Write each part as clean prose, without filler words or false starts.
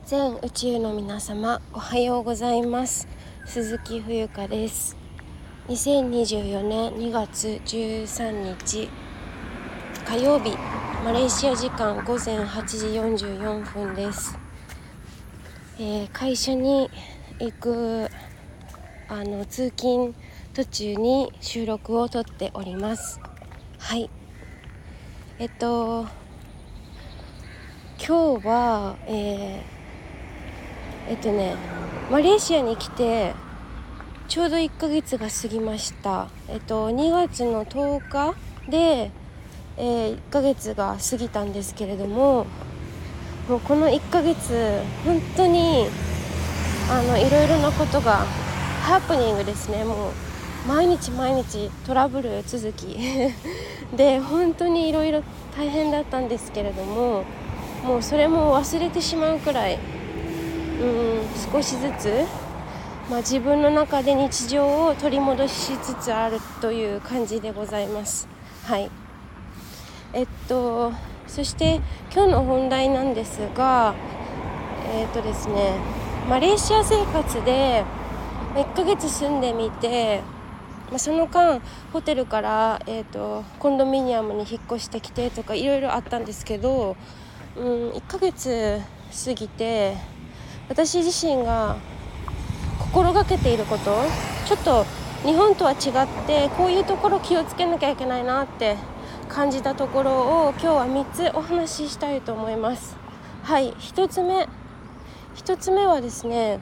全宇宙の皆様、おはようございます。鈴木冬香です。2024年2月13日火曜日、マレーシア時間午前8時44分です。会社に行く通勤途中に収録を撮っております。はい。今日はマレーシアに来てちょうど1ヶ月が過ぎました。2月の10日で、1ヶ月が過ぎたんですけれども、もうこの1ヶ月本当にいろいろなことがハプニングですね。もう毎日トラブル続きで、本当にいろいろ大変だったんですけれども、もうそれも忘れてしまうくらい少しずつ、自分の中で日常を取り戻しつつあるという感じでございます。はい。そして今日の本題なんですが、ですね、マレーシア生活で1ヶ月住んでみて、その間ホテルから、コンドミニアムに引っ越してきてとかいろいろあったんですけど、1ヶ月過ぎて私自身が心がけていること、ちょっと日本とは違ってこういうところ気をつけなきゃいけないなって感じたところを今日は3つお話ししたいと思います。はい。1つ目はですね、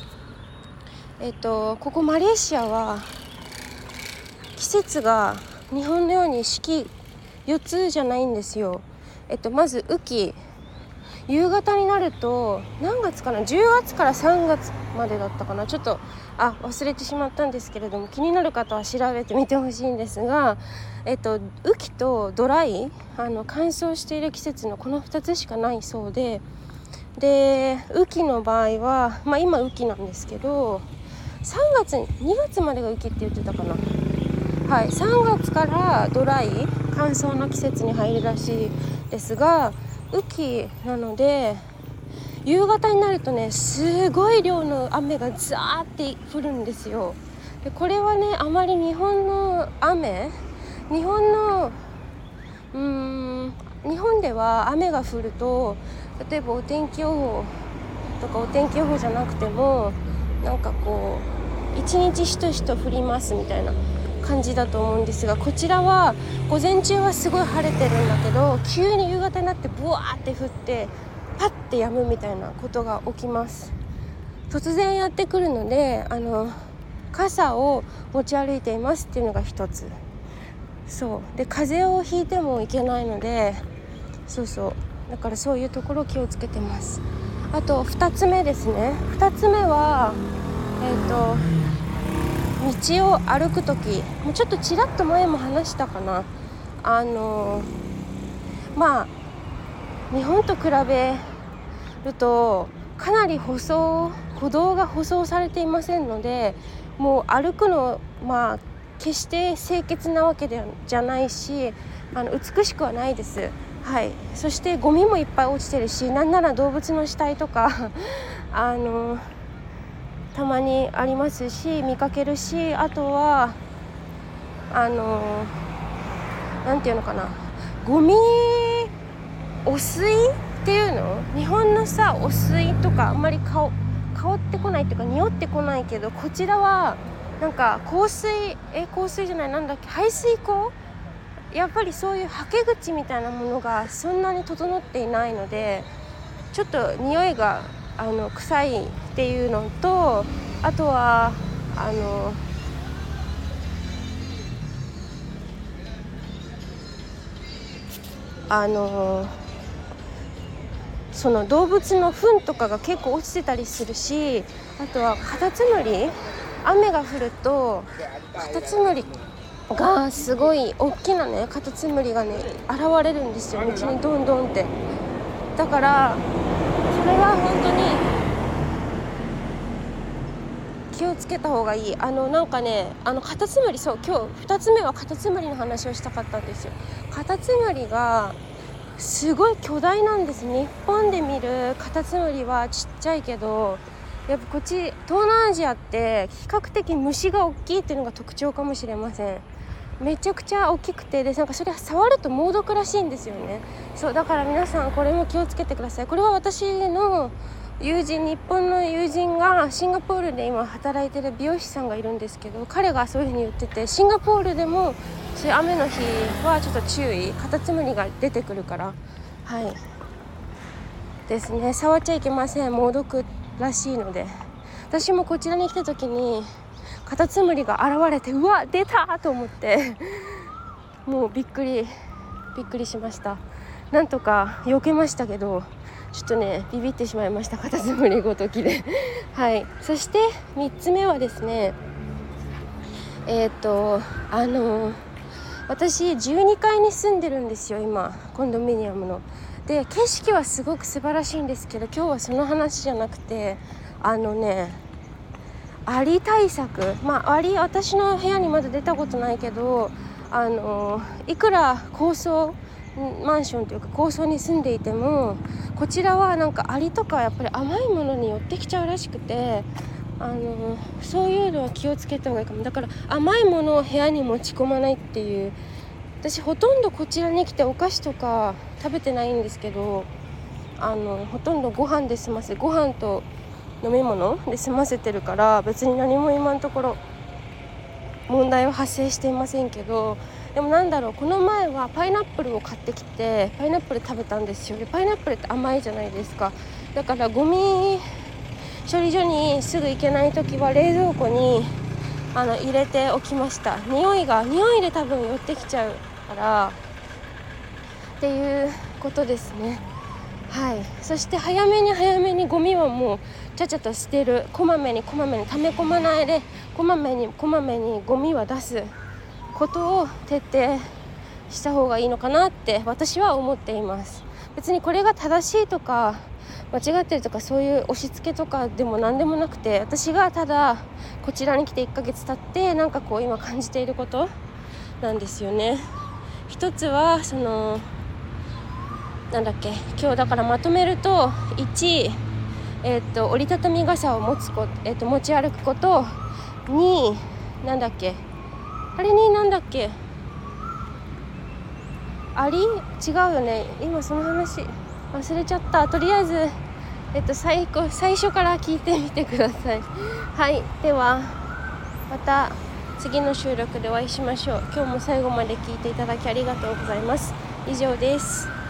ここマレーシアは季節が日本のように四季4つじゃないんですよ。まず雨季、夕方になると何月かな、10月から3月までだったかな、ちょっと忘れてしまったんですけれども、気になる方は調べてみてほしいんですが、雨季とドライ、乾燥している季節のこの2つしかないそうで、雨季の場合は、今雨季なんですけど、2月までが雨季って言ってたかな。はい、3月からドライ、乾燥の季節に入るらしいですが、雨季なので夕方になるとね、すごい量の雨がザーって降るんですよ。でこれはね、あまり日本では雨が降ると、例えばお天気予報とかお天気予報じゃなくてもなんかこう一日しとしと降りますみたいな感じだと思うんですが、こちらは午前中はすごい晴れてるんだけど、急に夕方になってブワーって降ってパッて止むみたいなことが起きます。突然やってくるので、傘を持ち歩いていますっていうのが一つ。そうで、風邪をひいてもいけないので、だからそういうところを気をつけてます。あと2つ目ですね。2つ目は道を歩くとき、もうちょっとちらっと前も話したかな。日本と比べるとかなり歩道が舗装されていませんので、もう歩くの決して清潔なわけじゃないし、美しくはないです。はい。そしてゴミもいっぱい落ちてるし、なんなら動物の死体とかたまにありますし、見かけるし、あとはなんていうのかな、ゴミ汚水っていうの、日本の汚水とかあんまり香ってこないっていうか匂ってこないけど、こちらはなんか香水じゃない、なんだっけ、排水口、やっぱりそういうはけ口みたいなものがそんなに整っていないので、ちょっと匂いが臭いっていうのと、あとはその動物の糞とかが結構落ちてたりするし、あとはカタツムリ、雨が降るとカタツムリがすごい大きなね、カタツムリがね現れるんですよ、道にどんどんって。だからそれは本当に気をつけた方がいい。なんかね、カタツムリ、今日2つ目はカタツムリの話をしたかったんですよ。カタツムリがすごい巨大なんです。日本で見るカタツムリはちっちゃいけど、やっぱこっち東南アジアって比較的虫が大きいっていうのが特徴かもしれません。めちゃくちゃ大きくて、でなんかそれ触ると猛毒らしいんですよね。そうだから皆さんこれも気をつけてください。これは私の友人、日本の友人がシンガポールで今働いてる美容師さんがいるんですけど、彼がそういう風に言ってて、シンガポールでもそういう雨の日はちょっと注意、カタツムリが出てくるから、はいですね、触っちゃいけません。猛毒らしいので。私もこちらに来た時にカタツムリが現れて、うわ出たと思ってもうびっくりしました。なんとか避けましたけど、ちょっとねビビってしまいました、カタツムリごときではい。そして3つ目はですね、私12階に住んでるんですよ今、コンドミニアムの。で景色はすごく素晴らしいんですけど、今日はその話じゃなくて、アリ対策、アリ、私の部屋にまだ出たことないけど、いくら高層マンションというか高層に住んでいても、こちらはなんかアリとかやっぱり甘いものに寄ってきちゃうらしくて、そういうのは気をつけた方がいいかも。だから甘いものを部屋に持ち込まないっていう。私ほとんどこちらに来てお菓子とか食べてないんですけど、ほとんどご飯と飲み物で済ませてるから、別に何も今のところ問題は発生していませんけど、でもこの前はパイナップルを買ってきてパイナップル食べたんですよ。でパイナップルって甘いじゃないですか。だからゴミ処理所にすぐ行けないときは冷蔵庫に入れておきました。匂いで多分寄ってきちゃうからっていうことですね。はい。そして早めにゴミはもうちゃちゃと捨てる、こまめに溜め込まないでこまめにゴミは出すことを徹底した方がいいのかなって私は思っています。別にこれが正しいとか間違ってるとかそういう押し付けとかでも何でもなくて、私がただこちらに来て1ヶ月経って今感じていることなんですよね。一つは今日だからまとめると、1、折りたたみ傘を持ち歩くこと、2、アリ違うよね、今その話忘れちゃった。とりあえず、最初から聞いてみてください。はい、ではまた次の収録でお会いしましょう。今日も最後まで聞いていただきありがとうございます。以上です。